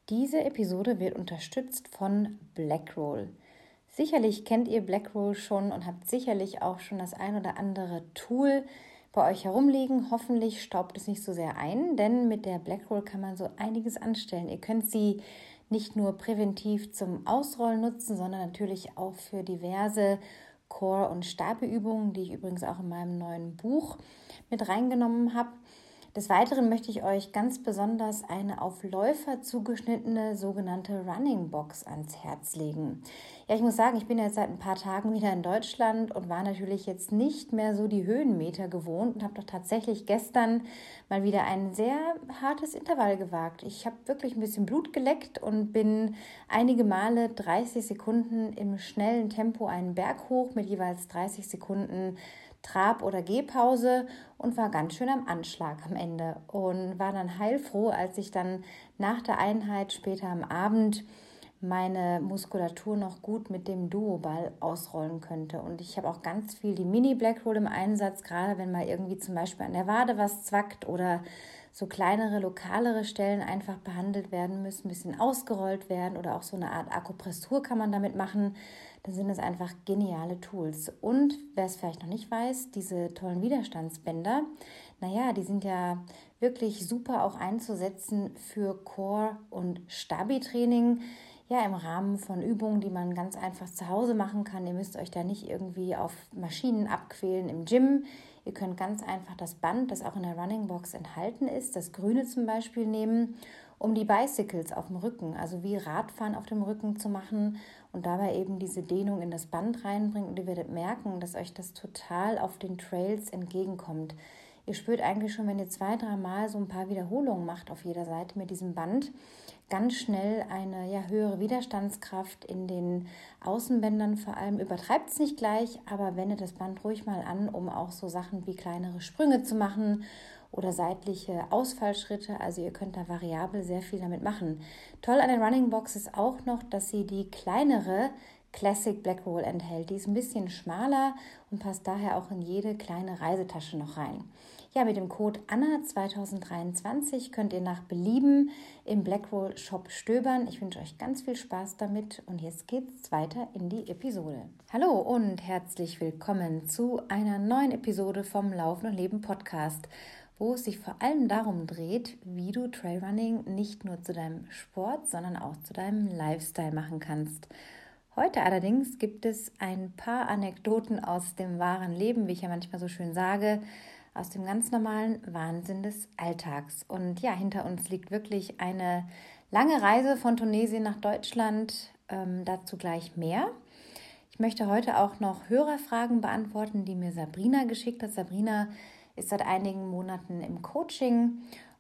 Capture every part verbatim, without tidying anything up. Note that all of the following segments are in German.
Diese Episode wird unterstützt von Blackroll. Sicherlich kennt ihr Blackroll schon und habt sicherlich auch schon das ein oder andere Tool bei euch herumliegen. Hoffentlich staubt es nicht so sehr ein, denn mit der Blackroll kann man so einiges anstellen. Ihr könnt sie nicht nur präventiv zum Ausrollen nutzen, sondern natürlich auch für diverse Core- und Stabi-Übungen, die ich übrigens auch in meinem neuen Buch mit reingenommen habe. Des Weiteren möchte ich euch ganz besonders eine auf Läufer zugeschnittene sogenannte Running Box ans Herz legen. Ja, ich muss sagen, ich bin jetzt seit ein paar Tagen wieder in Deutschland und war natürlich jetzt nicht mehr so die Höhenmeter gewohnt und habe doch tatsächlich gestern mal wieder ein sehr hartes Intervall gewagt. Ich habe wirklich ein bisschen Blut geleckt und bin einige Male dreißig Sekunden im schnellen Tempo einen Berg hoch mit jeweils dreißig Sekunden Trab- oder Gehpause und war ganz schön am Anschlag am Ende und war dann heilfroh, als ich dann nach der Einheit später am Abend meine Muskulatur noch gut mit dem Duoball ausrollen könnte. Und ich habe auch ganz viel die Mini-Blackroll im Einsatz, gerade wenn mal irgendwie zum Beispiel an der Wade was zwackt oder so kleinere, lokalere Stellen einfach behandelt werden müssen, ein bisschen ausgerollt werden oder auch so eine Art Akupressur kann man damit machen. Dann sind es einfach geniale Tools. Und wer es vielleicht noch nicht weiß, diese tollen Widerstandsbänder, naja, die sind ja wirklich super auch einzusetzen für Core- und Stabi-Training. Ja, im Rahmen von Übungen, die man ganz einfach zu Hause machen kann. Ihr müsst euch da nicht irgendwie auf Maschinen abquälen im Gym. Ihr könnt ganz einfach das Band, das auch in der Running Box enthalten ist, das grüne zum Beispiel nehmen, um die Bicycles auf dem Rücken, also wie Radfahren auf dem Rücken zu machen und dabei eben diese Dehnung in das Band reinbringen. Und ihr werdet merken, dass euch das total auf den Trails entgegenkommt. Ihr spürt eigentlich schon, wenn ihr zwei, drei Mal so ein paar Wiederholungen macht auf jeder Seite mit diesem Band, ganz schnell eine ja, höhere Widerstandskraft in den Außenbändern vor allem. Übertreibt es nicht gleich, aber wendet das Band ruhig mal an, um auch so Sachen wie kleinere Sprünge zu machen oder seitliche Ausfallschritte. Also ihr könnt da variabel sehr viel damit machen. Toll an der Running Box ist auch noch, dass sie die kleinere Classic Blackroll enthält. Die ist ein bisschen schmaler und passt daher auch in jede kleine Reisetasche noch rein. Ja, mit dem Code Anna zwanzig dreiundzwanzig könnt ihr nach Belieben im Blackroll Shop stöbern. Ich wünsche euch ganz viel Spaß damit und jetzt geht's weiter in die Episode. Hallo und herzlich willkommen zu einer neuen Episode vom Laufen und Leben Podcast, wo es sich vor allem darum dreht, wie du Trailrunning nicht nur zu deinem Sport, sondern auch zu deinem Lifestyle machen kannst. Heute allerdings gibt es ein paar Anekdoten aus dem wahren Leben, wie ich ja manchmal so schön sage, aus dem ganz normalen Wahnsinn des Alltags. Und ja, hinter uns liegt wirklich eine lange Reise von Tunesien nach Deutschland, ähm, dazu gleich mehr. Ich möchte heute auch noch Hörerfragen beantworten, die mir Sabrina geschickt hat. Sabrina ist seit einigen Monaten im Coaching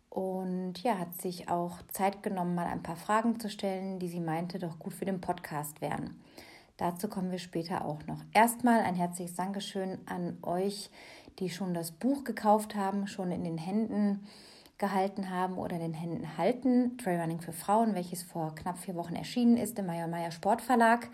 und ja, hat sich auch Zeit genommen, mal ein paar Fragen zu stellen, die sie meinte, doch gut für den Podcast wären. Dazu kommen wir später auch noch. Erstmal ein herzliches Dankeschön an euch, die schon das Buch gekauft haben, schon in den Händen gehalten haben oder in den Händen halten. Trailrunning für Frauen, welches vor knapp vier Wochen erschienen ist im Meyer Meyer Sportverlag.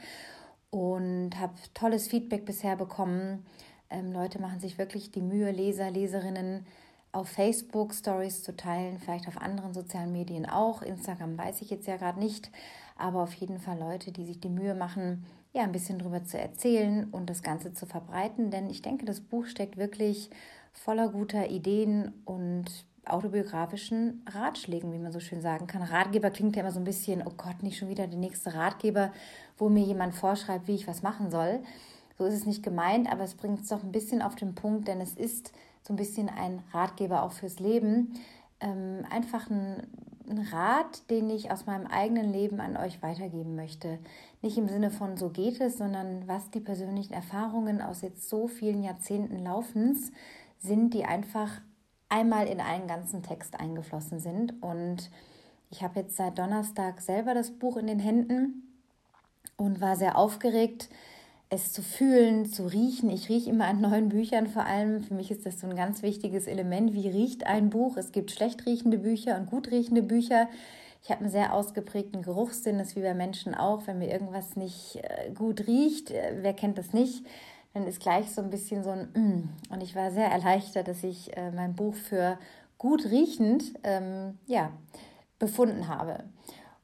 Und habe tolles Feedback bisher bekommen. Ähm, Leute machen sich wirklich die Mühe, Leser, Leserinnen auf Facebook Stories zu teilen, vielleicht auf anderen sozialen Medien auch. Instagram weiß ich jetzt ja gerade nicht, aber auf jeden Fall Leute, die sich die Mühe machen, ja, ein bisschen drüber zu erzählen und das Ganze zu verbreiten, denn ich denke, das Buch steckt wirklich voller guter Ideen und autobiografischen Ratschlägen, wie man so schön sagen kann. Ratgeber klingt ja immer so ein bisschen, oh Gott, nicht schon wieder der nächste Ratgeber, wo mir jemand vorschreibt, wie ich was machen soll. So ist es nicht gemeint, aber es bringt es doch ein bisschen auf den Punkt, denn es ist so ein bisschen ein Ratgeber auch fürs Leben. Ähm, einfach ein, ein Rat, den ich aus meinem eigenen Leben an euch weitergeben möchte. Nicht im Sinne von so geht es, sondern was die persönlichen Erfahrungen aus jetzt so vielen Jahrzehnten Laufens sind, die einfach einmal in einen ganzen Text eingeflossen sind. Und ich habe jetzt seit Donnerstag selber das Buch in den Händen und war sehr aufgeregt, es zu fühlen, zu riechen. Ich rieche immer an neuen Büchern vor allem. Für mich ist das so ein ganz wichtiges Element. Wie riecht ein Buch? Es gibt schlecht riechende Bücher und gut riechende Bücher. Ich habe einen sehr ausgeprägten Geruchssinn, das ist wie bei Menschen auch. Wenn mir irgendwas nicht gut riecht, wer kennt das nicht, dann ist gleich so ein bisschen so ein mm. Und ich war sehr erleichtert, dass ich äh, mein Buch für gut riechend ähm, ja, befunden habe.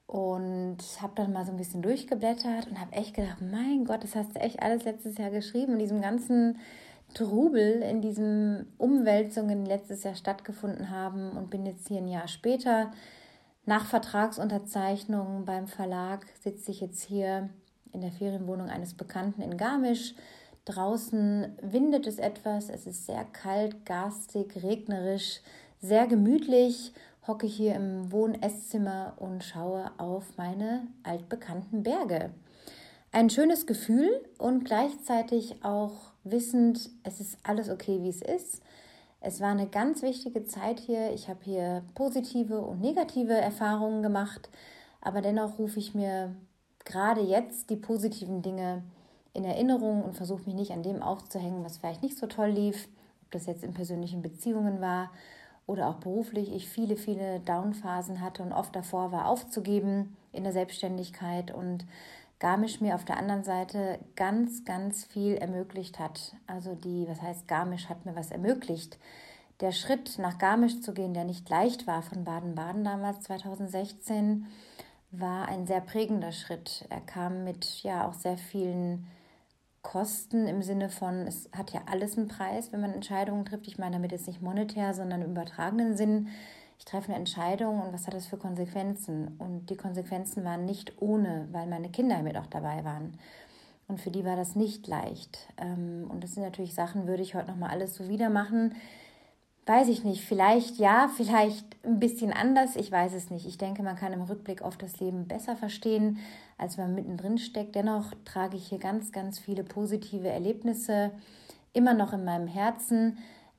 Und habe dann mal so ein bisschen durchgeblättert und habe echt gedacht, mein Gott, das hast du echt alles letztes Jahr geschrieben. In diesem ganzen Trubel, in diesen Umwälzungen, die letztes Jahr stattgefunden haben, und bin jetzt hier ein Jahr später. Nach Vertragsunterzeichnung beim Verlag sitze ich jetzt hier in der Ferienwohnung eines Bekannten in Garmisch. Draußen windet es etwas, es ist sehr kalt, garstig, regnerisch, sehr gemütlich. Hocke hier im Wohn-Esszimmer und schaue auf meine altbekannten Berge. Ein schönes Gefühl und gleichzeitig auch wissend, es ist alles okay, wie es ist. Es war eine ganz wichtige Zeit hier. Ich habe hier positive und negative Erfahrungen gemacht, aber dennoch rufe ich mir gerade jetzt die positiven Dinge in Erinnerung und versuche mich nicht an dem aufzuhängen, was vielleicht nicht so toll lief, ob das jetzt in persönlichen Beziehungen war oder auch beruflich. Ich viele, viele Downphasen hatte und oft davor war, aufzugeben in der Selbstständigkeit, und Garmisch mir auf der anderen Seite ganz, ganz viel ermöglicht hat. Also die, was heißt Garmisch hat mir was ermöglicht. Der Schritt nach Garmisch zu gehen, der nicht leicht war, von Baden-Baden damals zweitausendsechzehn, war ein sehr prägender Schritt. Er kam mit ja auch sehr vielen Kosten im Sinne von, es hat ja alles einen Preis, wenn man Entscheidungen trifft. Ich meine damit jetzt nicht monetär, sondern im übertragenen Sinn. Ich treffe eine Entscheidung und was hat das für Konsequenzen? Und die Konsequenzen waren nicht ohne, weil meine Kinder mit auch dabei waren. Und für die war das nicht leicht. Und das sind natürlich Sachen, würde ich heute nochmal alles so wieder machen. Weiß ich nicht, vielleicht ja, vielleicht ein bisschen anders, ich weiß es nicht. Ich denke, man kann im Rückblick oft das Leben besser verstehen, als wenn man mittendrin steckt. Dennoch trage ich hier ganz, ganz viele positive Erlebnisse immer noch in meinem Herzen.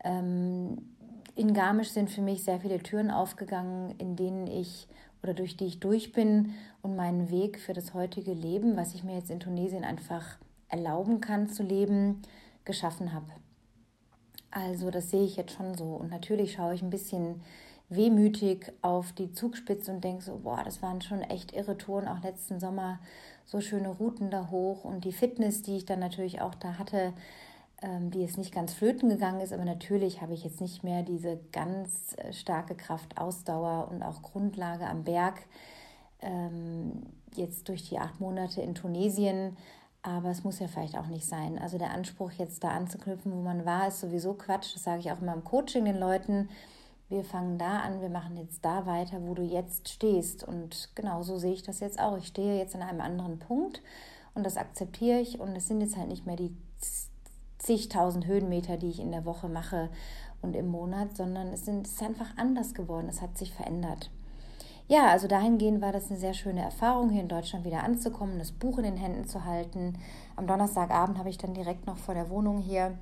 In Garmisch sind für mich sehr viele Türen aufgegangen, in denen ich oder durch die ich durch bin und meinen Weg für das heutige Leben, was ich mir jetzt in Tunesien einfach erlauben kann zu leben, geschaffen habe. Also das sehe ich jetzt schon so. Und natürlich schaue ich ein bisschen wehmütig auf die Zugspitze und denke so, boah, das waren schon echt irre Touren, auch letzten Sommer so schöne Routen da hoch. Und die Fitness, die ich dann natürlich auch da hatte, ähm, die jetzt nicht ganz flöten gegangen ist, aber natürlich habe ich jetzt nicht mehr diese ganz starke Kraft, Ausdauer und auch Grundlage am Berg, ähm, jetzt durch die acht Monate in Tunesien. Aber es muss ja vielleicht auch nicht sein. Also der Anspruch, jetzt da anzuknüpfen, wo man war, ist sowieso Quatsch. Das sage ich auch immer im Coaching den Leuten. Wir fangen da an, wir machen jetzt da weiter, wo du jetzt stehst. Und genau so sehe ich das jetzt auch. Ich stehe jetzt an einem anderen Punkt und das akzeptiere ich. Und es sind jetzt halt nicht mehr die zigtausend Höhenmeter, die ich in der Woche mache und im Monat, sondern es, sind, es ist einfach anders geworden. Es hat sich verändert. Ja, also dahingehend war das eine sehr schöne Erfahrung, hier in Deutschland wieder anzukommen, das Buch in den Händen zu halten. Am Donnerstagabend habe ich dann direkt noch vor der Wohnung hier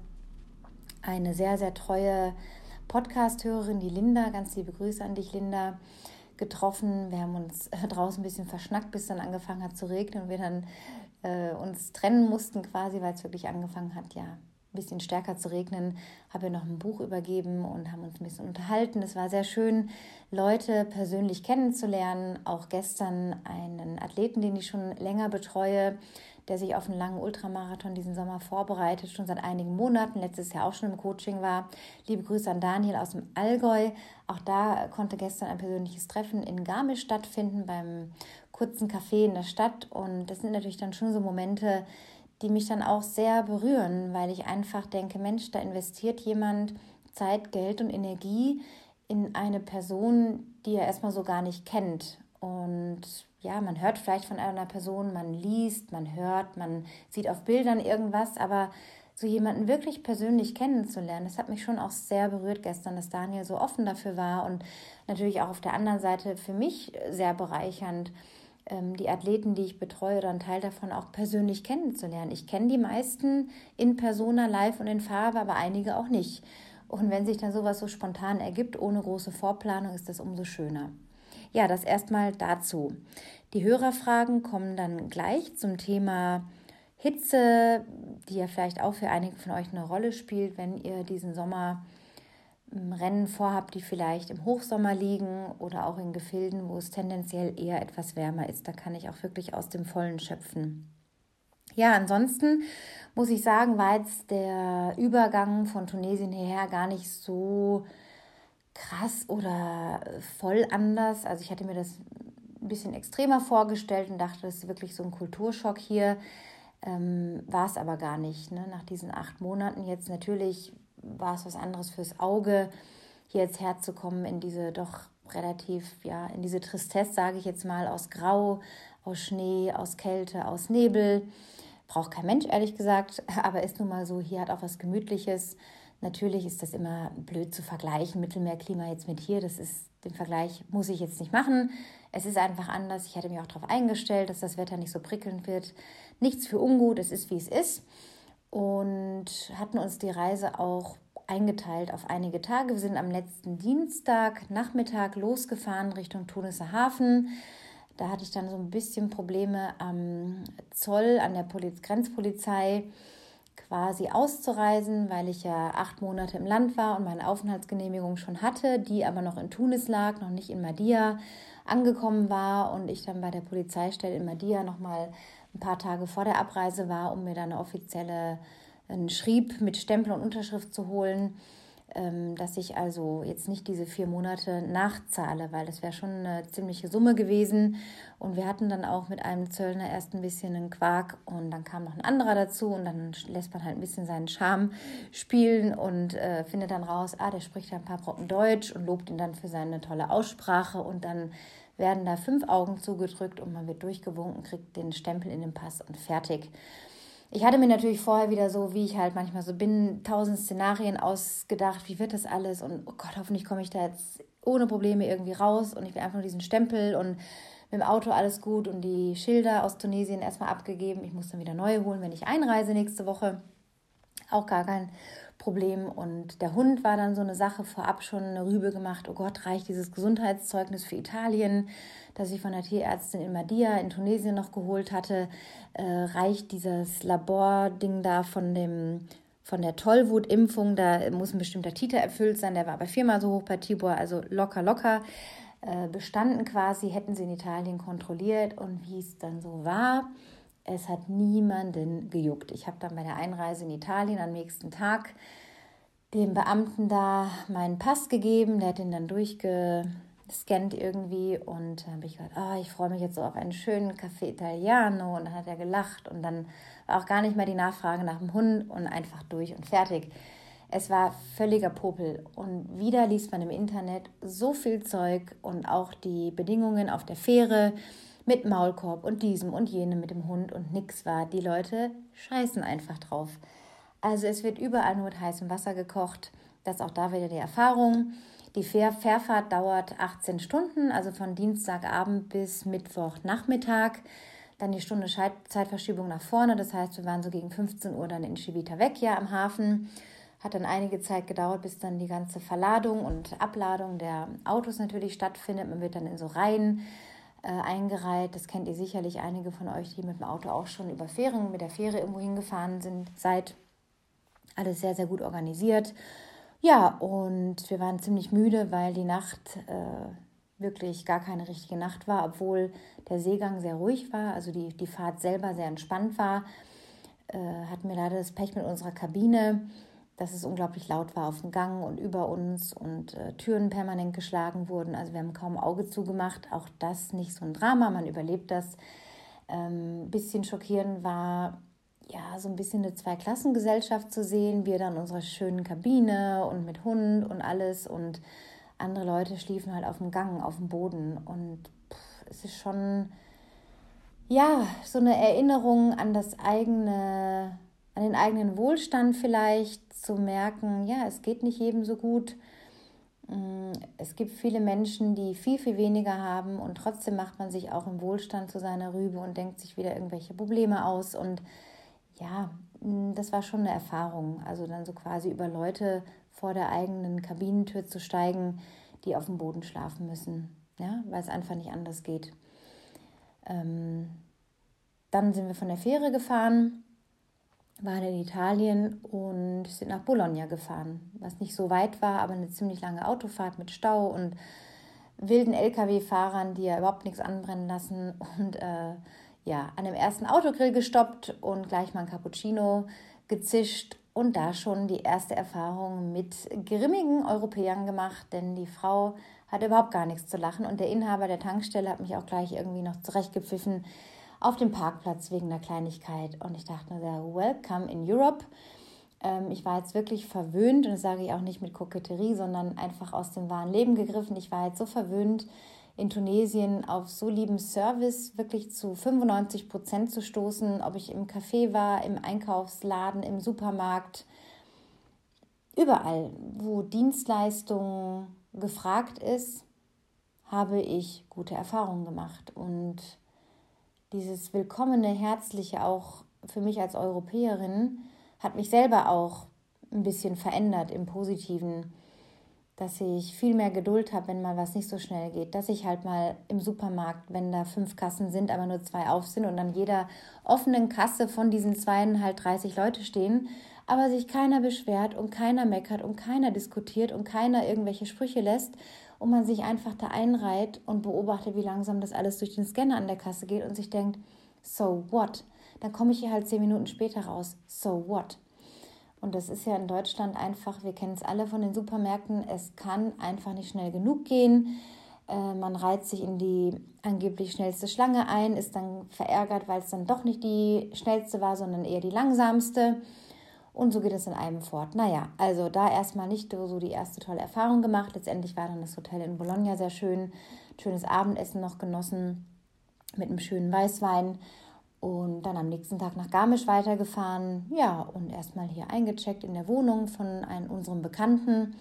eine sehr, sehr treue Podcast-Hörerin, die Linda, ganz liebe Grüße an dich, Linda, getroffen. Wir haben uns draußen ein bisschen verschnackt, bis dann angefangen hat zu regnen und wir dann äh, uns trennen mussten quasi, weil es wirklich angefangen hat, ja, ein bisschen stärker zu regnen, habe ihr noch ein Buch übergeben und haben uns ein bisschen unterhalten. Es war sehr schön, Leute persönlich kennenzulernen. Auch gestern einen Athleten, den ich schon länger betreue, der sich auf einen langen Ultramarathon diesen Sommer vorbereitet, schon seit einigen Monaten, letztes Jahr auch schon im Coaching war. Liebe Grüße an Daniel aus dem Allgäu. Auch da konnte gestern ein persönliches Treffen in Garmisch stattfinden, beim kurzen Café in der Stadt. Und das sind natürlich dann schon so Momente, die mich dann auch sehr berühren, weil ich einfach denke, Mensch, da investiert jemand Zeit, Geld und Energie in eine Person, die er erstmal so gar nicht kennt. Und ja, man hört vielleicht von einer Person, man liest, man hört, man sieht auf Bildern irgendwas, aber so jemanden wirklich persönlich kennenzulernen, das hat mich schon auch sehr berührt gestern, dass Daniel so offen dafür war und natürlich auch auf der anderen Seite für mich sehr bereichernd, die Athleten, die ich betreue oder einen Teil davon auch persönlich kennenzulernen. Ich kenne die meisten in Persona, live und in Farbe, aber einige auch nicht. Und wenn sich dann sowas so spontan ergibt, ohne große Vorplanung, ist das umso schöner. Ja, das erstmal dazu. Die Hörerfragen kommen dann gleich zum Thema Hitze, die ja vielleicht auch für einige von euch eine Rolle spielt, wenn ihr diesen Sommer Rennen vorhabt, die vielleicht im Hochsommer liegen oder auch in Gefilden, wo es tendenziell eher etwas wärmer ist. Da kann ich auch wirklich aus dem Vollen schöpfen. Ja, ansonsten muss ich sagen, war jetzt der Übergang von Tunesien hierher gar nicht so krass oder voll anders. Also ich hatte mir das ein bisschen extremer vorgestellt und dachte, das ist wirklich so ein Kulturschock hier. Ähm, war es aber gar nicht. Ne? Nach diesen acht Monaten jetzt natürlich war es was anderes fürs Auge, hier jetzt herzukommen in diese doch relativ, ja, in diese Tristesse, sage ich jetzt mal, aus Grau, aus Schnee, aus Kälte, aus Nebel. Braucht kein Mensch, ehrlich gesagt, aber ist nun mal so, hier hat auch was Gemütliches. Natürlich ist das immer blöd zu vergleichen, Mittelmeerklima jetzt mit hier, das ist, den Vergleich muss ich jetzt nicht machen. Es ist einfach anders. Ich hatte mich auch darauf eingestellt, dass das Wetter nicht so prickelnd wird. Nichts für ungut, es ist, wie es ist. Und hatten uns die Reise auch eingeteilt auf einige Tage. Wir sind am letzten Dienstag Nachmittag losgefahren Richtung Tuniser Hafen. Da hatte ich dann so ein bisschen Probleme am Zoll, an der Poliz- Grenzpolizei quasi auszureisen, weil ich ja acht Monate im Land war und meine Aufenthaltsgenehmigung schon hatte, die aber noch in Tunis lag, noch nicht in Mahdia angekommen war und ich dann bei der Polizeistelle in Mahdia nochmal ein paar Tage vor der Abreise war, um mir dann eine offizielle einen Schrieb mit Stempel und Unterschrift zu holen, dass ich also jetzt nicht diese vier Monate nachzahle, weil das wäre schon eine ziemliche Summe gewesen. Und wir hatten dann auch mit einem Zöllner erst ein bisschen einen Quark und dann kam noch ein anderer dazu und dann lässt man halt ein bisschen seinen Charme spielen und äh, findet dann raus, ah, der spricht ja ein paar Brocken Deutsch und lobt ihn dann für seine tolle Aussprache und dann werden da fünf Augen zugedrückt und man wird durchgewunken, kriegt den Stempel in den Pass und fertig. Ich hatte mir natürlich vorher wieder so, wie ich halt manchmal so bin, tausend Szenarien ausgedacht, wie wird das alles und oh Gott, hoffentlich komme ich da jetzt ohne Probleme irgendwie raus und ich will einfach nur diesen Stempel und mit dem Auto alles gut und die Schilder aus Tunesien erstmal abgegeben. Ich muss dann wieder neue holen, wenn ich einreise nächste Woche. Auch gar kein Problem. Und der Hund war dann so eine Sache, vorab schon eine Rübe gemacht. Oh Gott, reicht dieses Gesundheitszeugnis für Italien, das ich von der Tierärztin in Mahdia in Tunesien noch geholt hatte, äh, reicht dieses Labording da von dem von der Tollwutimpfung, da muss ein bestimmter Titer erfüllt sein, der war aber viermal so hoch bei Tibor, also locker, locker äh, bestanden quasi, hätten sie in Italien kontrolliert und wie es dann so war, es hat niemanden gejuckt. Ich habe dann bei der Einreise in Italien am nächsten Tag dem Beamten da meinen Pass gegeben, der hat ihn dann durchgescannt irgendwie und dann habe ich gesagt, oh, ich freue mich jetzt so auf einen schönen Café Italiano und dann hat er gelacht und dann war auch gar nicht mehr die Nachfrage nach dem Hund und einfach durch und fertig. Es war völliger Popel und wieder liest man im Internet so viel Zeug und auch die Bedingungen auf der Fähre mit Maulkorb und diesem und jenem mit dem Hund und nix war. Die Leute scheißen einfach drauf. Also es wird überall nur mit heißem Wasser gekocht. Das ist auch da wieder die Erfahrung. Die Fähr- Fährfahrt dauert achtzehn Stunden, also von Dienstagabend bis Mittwochnachmittag. Dann die Stunde Zeitverschiebung nach vorne. Das heißt, wir waren so gegen fünfzehn Uhr dann in Civitavecchia am Hafen. Hat dann einige Zeit gedauert, bis dann die ganze Verladung und Abladung der Autos natürlich stattfindet. Man wird dann in so Reihen äh, eingereiht. Das kennt ihr sicherlich, einige von euch, die mit dem Auto auch schon über Fähren, mit der Fähre irgendwo hingefahren sind, seid. Alles sehr, sehr gut organisiert. Ja, und wir waren ziemlich müde, weil die Nacht äh, wirklich gar keine richtige Nacht war, obwohl der Seegang sehr ruhig war, also die, die Fahrt selber sehr entspannt war. Äh, hatten wir leider das Pech mit unserer Kabine, dass es unglaublich laut war auf dem Gang und über uns und äh, Türen permanent geschlagen wurden. Also wir haben kaum Auge zugemacht. Auch das nicht so ein Drama, man überlebt das. Ein ähm, bisschen schockierend war, ja, so ein bisschen eine Zweiklassengesellschaft zu sehen. Wir dann in unserer schönen Kabine und mit Hund und alles und andere Leute schliefen halt auf dem Gang, auf dem Boden. Und pff, es ist schon, ja, so eine Erinnerung an das eigene, an den eigenen Wohlstand vielleicht, zu merken, ja, es geht nicht jedem so gut. Es gibt viele Menschen, die viel, viel weniger haben und trotzdem macht man sich auch im Wohlstand zu seiner Rübe und denkt sich wieder irgendwelche Probleme aus. Und ja, das war schon eine Erfahrung. Also dann so quasi über Leute vor der eigenen Kabinentür zu steigen, die auf dem Boden schlafen müssen, ja, weil es einfach nicht anders geht. Ähm, dann sind wir von der Fähre gefahren, waren in Italien und sind nach Bologna gefahren, was nicht so weit war, aber eine ziemlich lange Autofahrt mit Stau und wilden L K W-Fahrern, die ja überhaupt nichts anbrennen lassen und äh, ja, an dem ersten Autogrill gestoppt und gleich mal ein Cappuccino gezischt und da schon die erste Erfahrung mit grimmigen Europäern gemacht, denn die Frau hatte überhaupt gar nichts zu lachen. Und der Inhaber der Tankstelle hat mich auch gleich irgendwie noch zurechtgepfiffen auf dem Parkplatz wegen einer Kleinigkeit. Und ich dachte nur, welcome in Europe. Ähm, ich war jetzt wirklich verwöhnt, und das sage ich auch nicht mit Koketterie, sondern einfach aus dem wahren Leben gegriffen. Ich war jetzt so verwöhnt, in Tunesien auf so lieben Service wirklich zu fünfundneunzig Prozent zu stoßen, ob ich im Café war, im Einkaufsladen, im Supermarkt, überall, wo Dienstleistung gefragt ist, habe ich gute Erfahrungen gemacht. Und dieses willkommene, herzliche, auch für mich als Europäerin, hat mich selber auch ein bisschen verändert im Positiven, dass ich viel mehr Geduld habe, wenn mal was nicht so schnell geht, dass ich halt mal im Supermarkt, wenn da fünf Kassen sind, aber nur zwei auf sind und an jeder offenen Kasse von diesen zweien halt dreißig Leute stehen, aber sich keiner beschwert und keiner meckert und keiner diskutiert und keiner irgendwelche Sprüche lässt und man sich einfach da einreiht und beobachtet, wie langsam das alles durch den Scanner an der Kasse geht und sich denkt, so what? Dann komme ich hier halt zehn Minuten später raus, so what? Und das ist ja in Deutschland einfach, wir kennen es alle von den Supermärkten, es kann einfach nicht schnell genug gehen. Äh, man reiht sich in die angeblich schnellste Schlange ein, ist dann verärgert, weil es dann doch nicht die schnellste war, sondern eher die langsamste. Und so geht es in einem fort. Naja, also da erstmal nicht so die erste tolle Erfahrung gemacht. Letztendlich war dann das Hotel in Bologna sehr schön. Schönes Abendessen noch genossen mit einem schönen Weißwein. Und dann am nächsten Tag nach Garmisch weitergefahren, ja, und erstmal hier eingecheckt in der Wohnung von einem unserem Bekannten,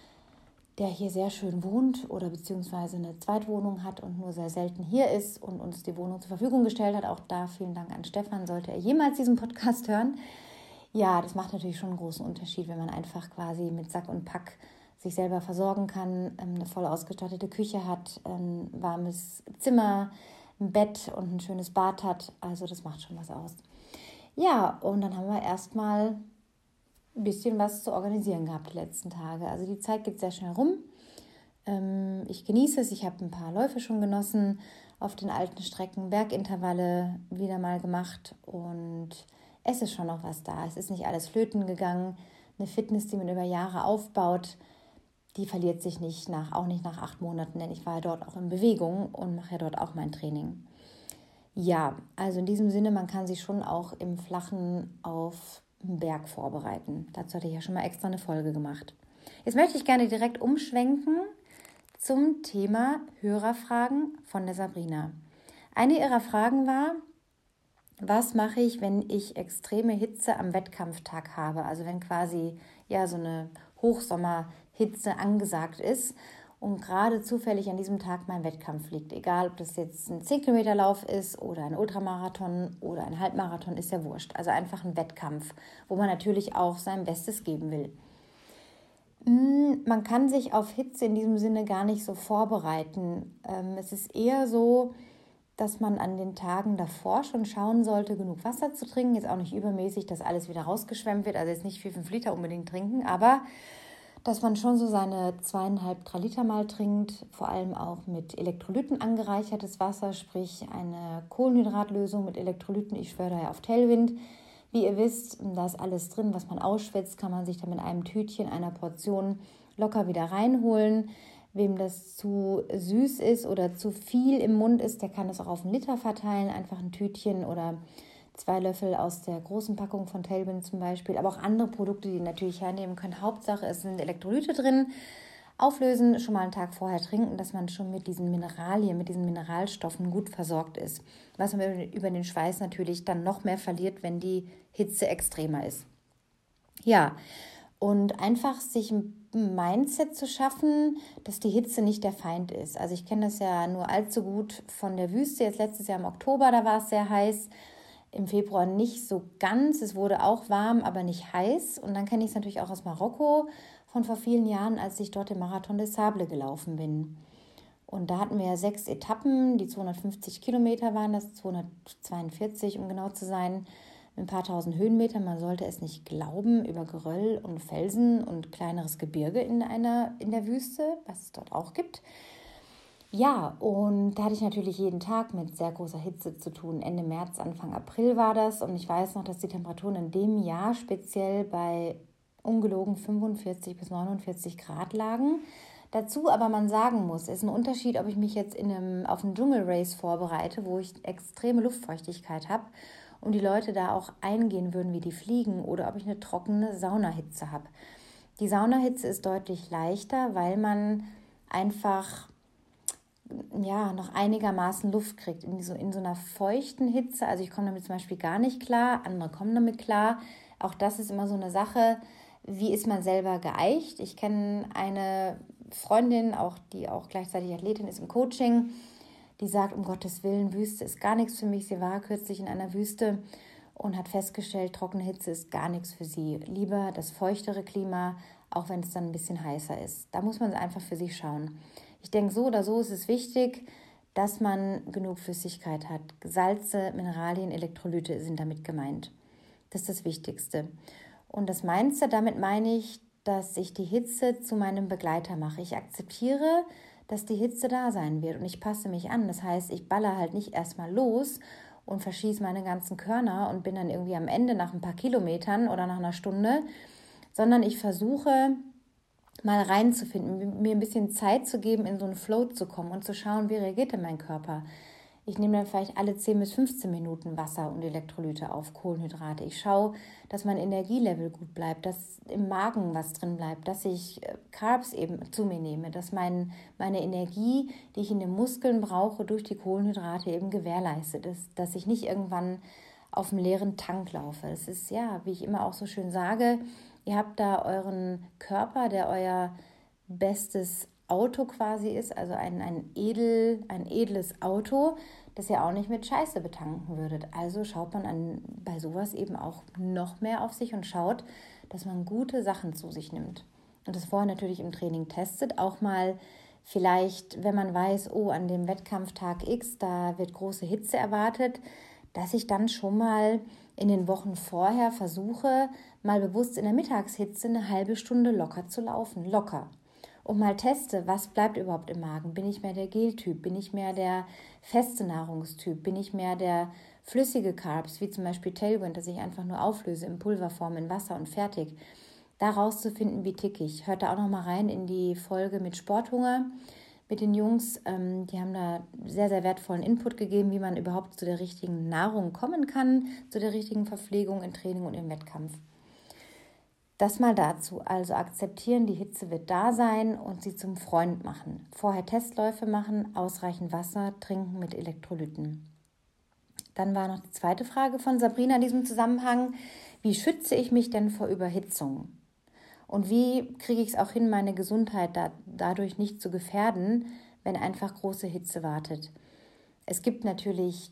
der hier sehr schön wohnt oder beziehungsweise eine Zweitwohnung hat und nur sehr selten hier ist und uns die Wohnung zur Verfügung gestellt hat. Auch da vielen Dank an Stefan, sollte er jemals diesen Podcast hören. Ja, das macht natürlich schon einen großen Unterschied, wenn man einfach quasi mit Sack und Pack sich selber versorgen kann, eine voll ausgestattete Küche hat, ein warmes Zimmer, ein Bett und ein schönes Bad hat. Also das macht schon was aus. Ja, und dann haben wir erstmal ein bisschen was zu organisieren gehabt die letzten Tage. Also die Zeit geht sehr schnell rum. Ähm, ich genieße es. Ich habe ein paar Läufe schon genossen auf den alten Strecken, Bergintervalle wieder mal gemacht und es ist schon noch was da. Es ist nicht alles flöten gegangen. Eine Fitness, die man über Jahre aufbaut, die verliert sich nicht nach, auch nicht nach acht Monaten, denn ich war ja dort auch in Bewegung und mache ja dort auch mein Training. Ja, also in diesem Sinne, man kann sich schon auch im Flachen auf einen Berg vorbereiten. Dazu hatte ich ja schon mal extra eine Folge gemacht. Jetzt möchte ich gerne direkt umschwenken zum Thema Hörerfragen von der Sabrina. Eine ihrer Fragen war, was mache ich, wenn ich extreme Hitze am Wettkampftag habe? Also wenn quasi ja so eine Hochsommerhitze angesagt ist und gerade zufällig an diesem Tag mein Wettkampf liegt. Egal, ob das jetzt ein zehn Kilometer Lauf ist oder ein Ultramarathon oder ein Halbmarathon, ist ja wurscht. Also einfach ein Wettkampf, wo man natürlich auch sein Bestes geben will. Man kann sich auf Hitze in diesem Sinne gar nicht so vorbereiten. Es ist eher so, dass man an den Tagen davor schon schauen sollte, genug Wasser zu trinken. Jetzt auch nicht übermäßig, dass alles wieder rausgeschwemmt wird, also jetzt nicht vier, fünf Liter unbedingt trinken, aber dass man schon so seine zweieinhalb, drei Liter mal trinkt, vor allem auch mit Elektrolyten angereichertes Wasser, sprich eine Kohlenhydratlösung mit Elektrolyten. Ich schwöre da ja auf Tailwind. Wie ihr wisst, da ist alles drin, was man ausschwitzt, kann man sich dann mit einem Tütchen, einer Portion locker wieder reinholen. Wem das zu süß ist oder zu viel im Mund ist, der kann das auch auf einen Liter verteilen. Einfach ein Tütchen oder zwei Löffel aus der großen Packung von Tailwind zum Beispiel. Aber auch andere Produkte, die natürlich hernehmen können. Hauptsache, es sind Elektrolyte drin. Auflösen, schon mal einen Tag vorher trinken, dass man schon mit diesen Mineralien, mit diesen Mineralstoffen gut versorgt ist. Was man über den Schweiß natürlich dann noch mehr verliert, wenn die Hitze extremer ist. Ja, und einfach sich ein Mindset zu schaffen, dass die Hitze nicht der Feind ist. Also ich kenne das ja nur allzu gut von der Wüste. Jetzt letztes Jahr im Oktober, da war es sehr heiß. Im Februar nicht so ganz. Es wurde auch warm, aber nicht heiß. Und dann kenne ich es natürlich auch aus Marokko von vor vielen Jahren, als ich dort den Marathon des Sables gelaufen bin. Und da hatten wir ja sechs Etappen, die zweihundertfünfzig Kilometer waren das, zweihundertzweiundvierzig, um genau zu sein, mit ein paar tausend Höhenmetern. Man sollte es nicht glauben, über Geröll und Felsen und kleineres Gebirge in einer in der Wüste, was es dort auch gibt. Ja, und da hatte ich natürlich jeden Tag mit sehr großer Hitze zu tun. Ende März, Anfang April war das. Und ich weiß noch, dass die Temperaturen in dem Jahr speziell bei ungelogen fünfundvierzig bis neunundvierzig Grad lagen. Dazu aber man sagen muss, ist ein Unterschied, ob ich mich jetzt in einem, auf einen Dschungelrace vorbereite, wo ich extreme Luftfeuchtigkeit habe und die Leute da auch eingehen würden, wie die fliegen, oder ob ich eine trockene Saunahitze habe. Die Saunahitze ist deutlich leichter, weil man einfach ja, noch einigermaßen Luft kriegt. In so, in so einer feuchten Hitze, also ich komme damit zum Beispiel gar nicht klar, andere kommen damit klar. Auch das ist immer so eine Sache, wie ist man selber geeicht. Ich kenne eine Freundin, auch die auch gleichzeitig Athletin ist im Coaching, die sagt, um Gottes Willen, Wüste ist gar nichts für mich. Sie war kürzlich in einer Wüste und hat festgestellt, trockene Hitze ist gar nichts für sie. Lieber das feuchtere Klima, auch wenn es dann ein bisschen heißer ist. Da muss man einfach für sich schauen. Ich denke, so oder so ist es wichtig, dass man genug Flüssigkeit hat. Salze, Mineralien, Elektrolyte sind damit gemeint. Das ist das Wichtigste. Und das Mindset, damit meine ich, dass ich die Hitze zu meinem Begleiter mache. Ich akzeptiere, dass die Hitze da sein wird und ich passe mich an. Das heißt, ich baller halt nicht erstmal los und verschieße meine ganzen Körner und bin dann irgendwie am Ende nach ein paar Kilometern oder nach einer Stunde, sondern ich versuche mal reinzufinden, mir ein bisschen Zeit zu geben, in so einen Flow zu kommen und zu schauen, wie reagiert denn mein Körper. Ich nehme dann vielleicht alle zehn bis fünfzehn Minuten Wasser und Elektrolyte auf, Kohlenhydrate. Ich schaue, dass mein Energielevel gut bleibt, dass im Magen was drin bleibt, dass ich Carbs eben zu mir nehme, dass mein, meine Energie, die ich in den Muskeln brauche, durch die Kohlenhydrate eben gewährleistet ist, dass ich nicht irgendwann auf dem leeren Tank laufe. Es ist ja, wie ich immer auch so schön sage, ihr habt da euren Körper, der euer bestes Auto quasi ist, also ein, ein, edel, ein edles Auto, das ihr auch nicht mit Scheiße betanken würdet. Also schaut man an, bei sowas eben auch noch mehr auf sich und schaut, dass man gute Sachen zu sich nimmt. Und das vorher natürlich im Training testet, auch mal vielleicht, wenn man weiß, oh, an dem Wettkampftag X, da wird große Hitze erwartet, dass ich dann schon mal in den Wochen vorher versuche, mal bewusst in der Mittagshitze eine halbe Stunde locker zu laufen, locker. Und mal teste, was bleibt überhaupt im Magen. Bin ich mehr der Geltyp? Bin ich mehr der feste Nahrungstyp? Bin ich mehr der flüssige Carbs, wie zum Beispiel Tailwind, das ich einfach nur auflöse in Pulverform, in Wasser und fertig? Da rauszufinden, wie tick ich. Hört da auch noch mal rein in die Folge mit Sporthunger mit den Jungs. Ähm, die haben da sehr, sehr wertvollen Input gegeben, wie man überhaupt zu der richtigen Nahrung kommen kann, zu der richtigen Verpflegung im Training und im Wettkampf. Das mal dazu. Also akzeptieren, die Hitze wird da sein und sie zum Freund machen. Vorher Testläufe machen, ausreichend Wasser trinken mit Elektrolyten. Dann war noch die zweite Frage von Sabrina in diesem Zusammenhang. Wie schütze ich mich denn vor Überhitzung? Und wie kriege ich es auch hin, meine Gesundheit da, dadurch nicht zu gefährden, wenn einfach große Hitze wartet? Es gibt natürlich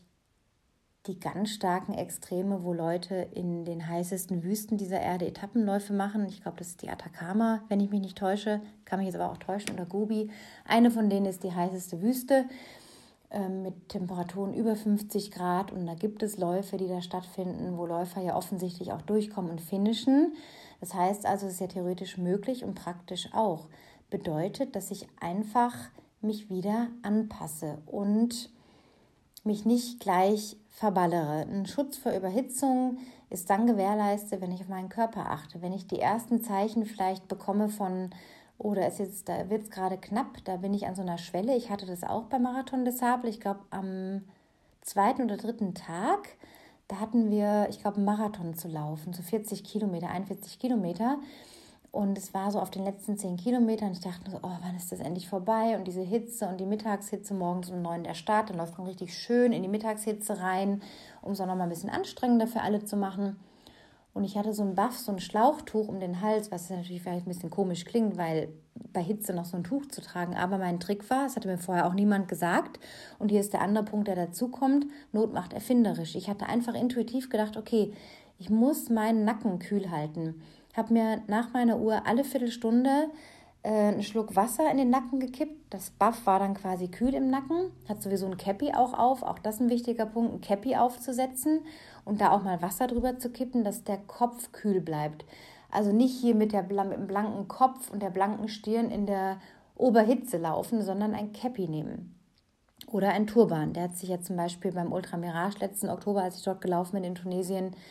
die ganz starken Extreme, wo Leute in den heißesten Wüsten dieser Erde Etappenläufe machen. Ich glaube, das ist die Atacama, wenn ich mich nicht täusche. Kann mich jetzt aber auch täuschen, oder Gobi. Eine von denen ist die heißeste Wüste äh, mit Temperaturen über fünfzig Grad. Und da gibt es Läufe, die da stattfinden, wo Läufer ja offensichtlich auch durchkommen und finishen. Das heißt also, es ist ja theoretisch möglich und praktisch auch. Bedeutet, dass ich einfach mich wieder anpasse und mich nicht gleich verballere. Ein Schutz vor Überhitzung ist dann gewährleistet, wenn ich auf meinen Körper achte. Wenn ich die ersten Zeichen vielleicht bekomme von, oh, da ist jetzt, da wird es gerade knapp, da bin ich an so einer Schwelle. Ich hatte das auch beim Marathon des Sables, ich glaube am zweiten oder dritten Tag. Da hatten wir, ich glaube, einen Marathon zu laufen, so vierzig Kilometer, einundvierzig Kilometer. Und es war so auf den letzten zehn Kilometern. Ich dachte so, oh, wann ist das endlich vorbei? Und diese Hitze und die Mittagshitze, morgens um neun der Start, dann läuft man richtig schön in die Mittagshitze rein, um es auch nochmal ein bisschen anstrengender für alle zu machen. Und ich hatte so einen Buff, so ein Schlauchtuch um den Hals, was natürlich vielleicht ein bisschen komisch klingt, weil bei Hitze noch so ein Tuch zu tragen. Aber mein Trick war, es hatte mir vorher auch niemand gesagt. Und hier ist der andere Punkt, der dazu kommt, Not macht erfinderisch. Ich hatte einfach intuitiv gedacht, okay, ich muss meinen Nacken kühl halten. Habe mir nach meiner Uhr alle Viertelstunde äh, einen Schluck Wasser in den Nacken gekippt. Das Buff war dann quasi kühl im Nacken. Hat sowieso ein Cappy auch auf. Auch das ist ein wichtiger Punkt, ein Cappy aufzusetzen und da auch mal Wasser drüber zu kippen, dass der Kopf kühl bleibt. Also nicht hier mit, der, mit dem blanken Kopf und der blanken Stirn in der Oberhitze laufen, sondern ein Cappy nehmen. Oder ein Turban. Der hat sich ja zum Beispiel beim Ultra Mirage letzten Oktober, als ich dort gelaufen bin in Tunesien,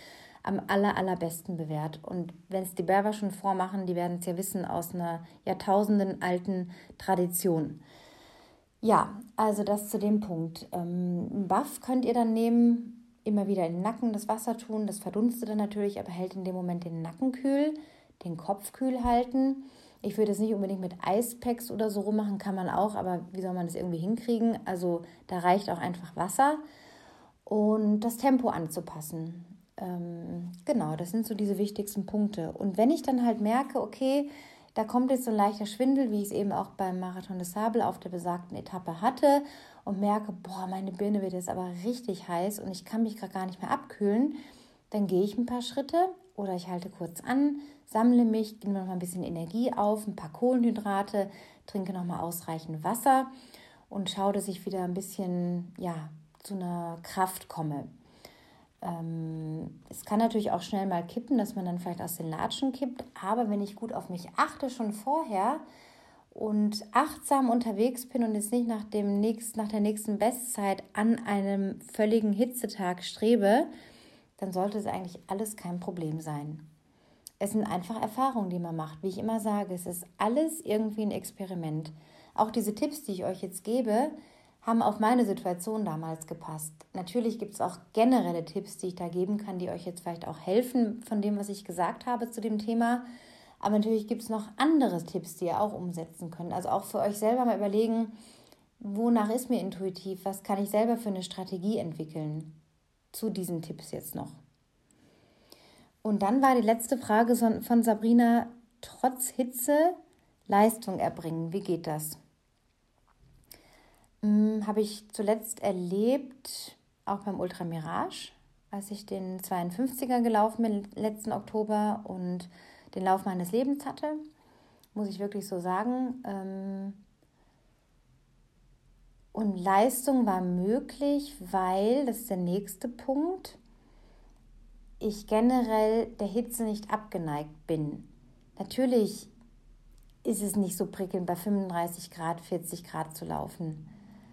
am aller, allerbesten bewährt. Und wenn es die Berber schon vormachen, die werden es ja wissen aus einer Jahrtausenden alten Tradition. Ja, also das zu dem Punkt. Ähm, einen Buff könnt ihr dann nehmen, immer wieder in den Nacken das Wasser tun, das verdunstet dann natürlich, aber hält in dem Moment den Nacken kühl, den Kopf kühl halten. Ich würde es nicht unbedingt mit Eispacks oder so rummachen, kann man auch, aber wie soll man das irgendwie hinkriegen? Also da reicht auch einfach Wasser und das Tempo anzupassen. Ähm, genau, das sind so diese wichtigsten Punkte. Und wenn ich dann halt merke, okay, da kommt jetzt so ein leichter Schwindel, wie ich es eben auch beim Marathon des Sables auf der besagten Etappe hatte und merke, boah, meine Birne wird jetzt aber richtig heiß und ich kann mich gerade gar nicht mehr abkühlen, dann gehe ich ein paar Schritte oder ich halte kurz an, sammle mich, nehme noch mal ein bisschen Energie auf, ein paar Kohlenhydrate, trinke noch mal ausreichend Wasser und schaue, dass ich wieder ein bisschen, ja, zu einer Kraft komme. Ähm, es kann natürlich auch schnell mal kippen, dass man dann vielleicht aus den Latschen kippt, aber wenn ich gut auf mich achte schon vorher und achtsam unterwegs bin und jetzt nicht nach, dem nächsten, nach der nächsten Bestzeit an einem völligen Hitzetag strebe, dann sollte es eigentlich alles kein Problem sein. Es sind einfach Erfahrungen, die man macht. Wie ich immer sage, es ist alles irgendwie ein Experiment. Auch diese Tipps, die ich euch jetzt gebe, haben auf meine Situation damals gepasst. Natürlich gibt es auch generelle Tipps, die ich da geben kann, die euch jetzt vielleicht auch helfen von dem, was ich gesagt habe zu dem Thema. Aber natürlich gibt es noch andere Tipps, die ihr auch umsetzen könnt. Also auch für euch selber mal überlegen, wonach ist mir intuitiv, was kann ich selber für eine Strategie entwickeln zu diesen Tipps jetzt noch. Und dann war die letzte Frage von Sabrina, trotz Hitze Leistung erbringen. Wie geht das? Hm, habe ich zuletzt erlebt, auch beim Ultra Mirage, als ich den zweiundfünfziger gelaufen bin letzten Oktober und den Lauf meines Lebens hatte, muss ich wirklich so sagen. Und Leistung war möglich, weil, das ist der nächste Punkt, ich generell der Hitze nicht abgeneigt bin. Natürlich ist es nicht so prickelnd, bei fünfunddreißig Grad, vierzig Grad zu laufen.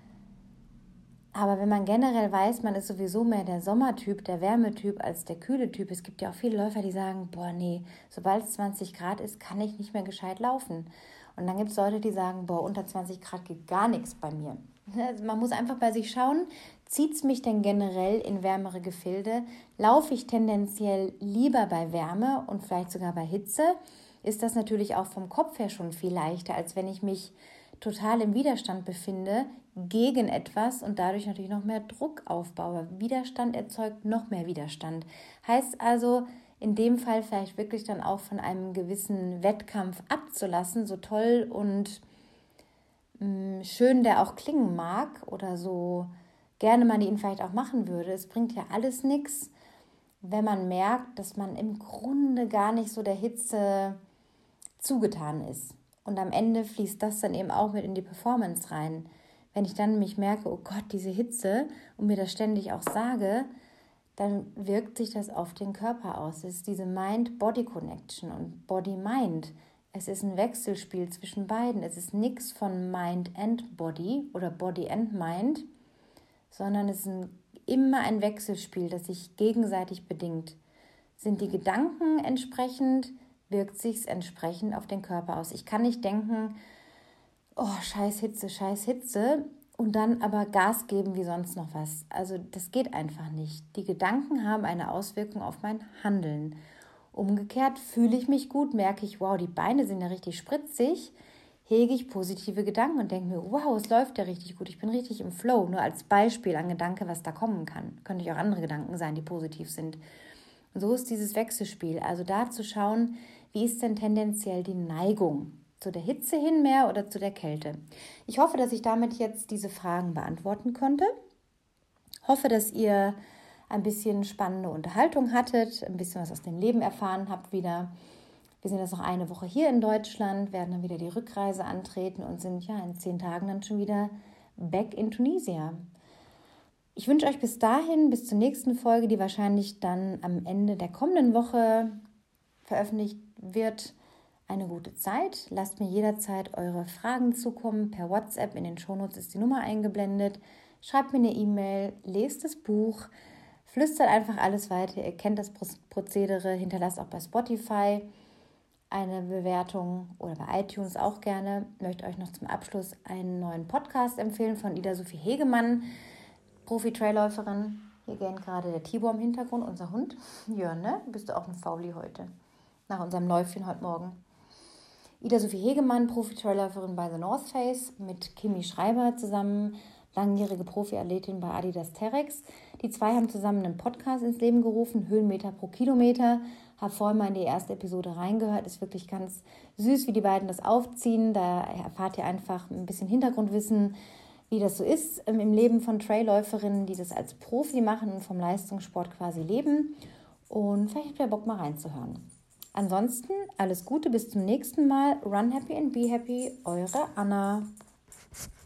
Aber wenn man generell weiß, man ist sowieso mehr der Sommertyp, der Wärmetyp als der kühle Typ. Es gibt ja auch viele Läufer, die sagen, boah nee, sobald es zwanzig Grad ist, kann ich nicht mehr gescheit laufen. Und dann gibt es Leute, die sagen, boah, unter zwanzig Grad geht gar nichts bei mir. Also man muss einfach bei sich schauen, zieht es mich denn generell in wärmere Gefilde? Laufe ich tendenziell lieber bei Wärme und vielleicht sogar bei Hitze? Ist das natürlich auch vom Kopf her schon viel leichter, als wenn ich mich total im Widerstand befinde gegen etwas und dadurch natürlich noch mehr Druck aufbaue. Widerstand erzeugt noch mehr Widerstand. Heißt also, in dem Fall vielleicht wirklich dann auch von einem gewissen Wettkampf abzulassen, so toll und mh, schön der auch klingen mag oder so gerne man ihn vielleicht auch machen würde. Es bringt ja alles nichts, wenn man merkt, dass man im Grunde gar nicht so der Hitze zugetan ist. Und am Ende fließt das dann eben auch mit in die Performance rein. Wenn ich dann mich merke, oh Gott, diese Hitze und mir das ständig auch sage, dann wirkt sich das auf den Körper aus. Es ist diese Mind-Body-Connection und Body-Mind. Es ist ein Wechselspiel zwischen beiden. Es ist nichts von Mind and Body oder Body and Mind, sondern es ist ein, immer ein Wechselspiel, das sich gegenseitig bedingt. Sind die Gedanken entsprechend, wirkt sich es entsprechend auf den Körper aus. Ich kann nicht denken, oh, scheiß Hitze, scheiß Hitze und dann aber Gas geben wie sonst noch was. Also das geht einfach nicht. Die Gedanken haben eine Auswirkung auf mein Handeln. Umgekehrt fühle ich mich gut, merke ich, wow, die Beine sind ja richtig spritzig, hege ich positive Gedanken und denke mir, wow, es läuft ja richtig gut, ich bin richtig im Flow. Nur als Beispiel an Gedanke, was da kommen kann. Könnte auch andere Gedanken sein, die positiv sind. Und so ist dieses Wechselspiel. Also da zu schauen, wie ist denn tendenziell die Neigung? Zu der Hitze hin mehr oder zu der Kälte? Ich hoffe, dass ich damit jetzt diese Fragen beantworten konnte. Hoffe, dass ihr ein bisschen spannende Unterhaltung hattet, ein bisschen was aus dem Leben erfahren habt wieder. Wir sind jetzt noch eine Woche hier in Deutschland, werden dann wieder die Rückreise antreten und sind ja in zehn Tagen dann schon wieder back in Tunisia. Ich wünsche euch bis dahin, bis zur nächsten Folge, die wahrscheinlich dann am Ende der kommenden Woche veröffentlicht wird, eine gute Zeit. Lasst mir jederzeit eure Fragen zukommen. Per WhatsApp, in den Shownotes ist die Nummer eingeblendet. Schreibt mir eine E-Mail, lest das Buch. flüstert einfach alles weiter. Ihr kennt das Prozedere, hinterlasst auch bei Spotify eine Bewertung oder bei iTunes auch gerne. Ich möchte euch noch zum Abschluss einen neuen Podcast empfehlen von Ida-Sophie Hegemann, Profi-Trailläuferin. Hier gähnt gerade der Tibor im Hintergrund, unser Hund. Jörn, ne? Bist du auch ein Fauli heute? Nach unserem Läufchen heute Morgen. Ida-Sophie Hegemann, Profi-Trailläuferin bei The North Face, mit Kimi Schreiber zusammen, langjährige Profi-Athletin bei Adidas Terex. Die zwei haben zusammen einen Podcast ins Leben gerufen, Höhenmeter pro Kilometer. Habe vorhin mal in die erste Episode reingehört. Ist wirklich ganz süß, wie die beiden das aufziehen. Da erfahrt ihr einfach ein bisschen Hintergrundwissen, wie das so ist im Leben von Trailläuferinnen, die das als Profi machen und vom Leistungssport quasi leben. Und vielleicht habt ihr Bock, mal reinzuhören. Ansonsten alles Gute, bis zum nächsten Mal. Run happy and be happy, eure Anna.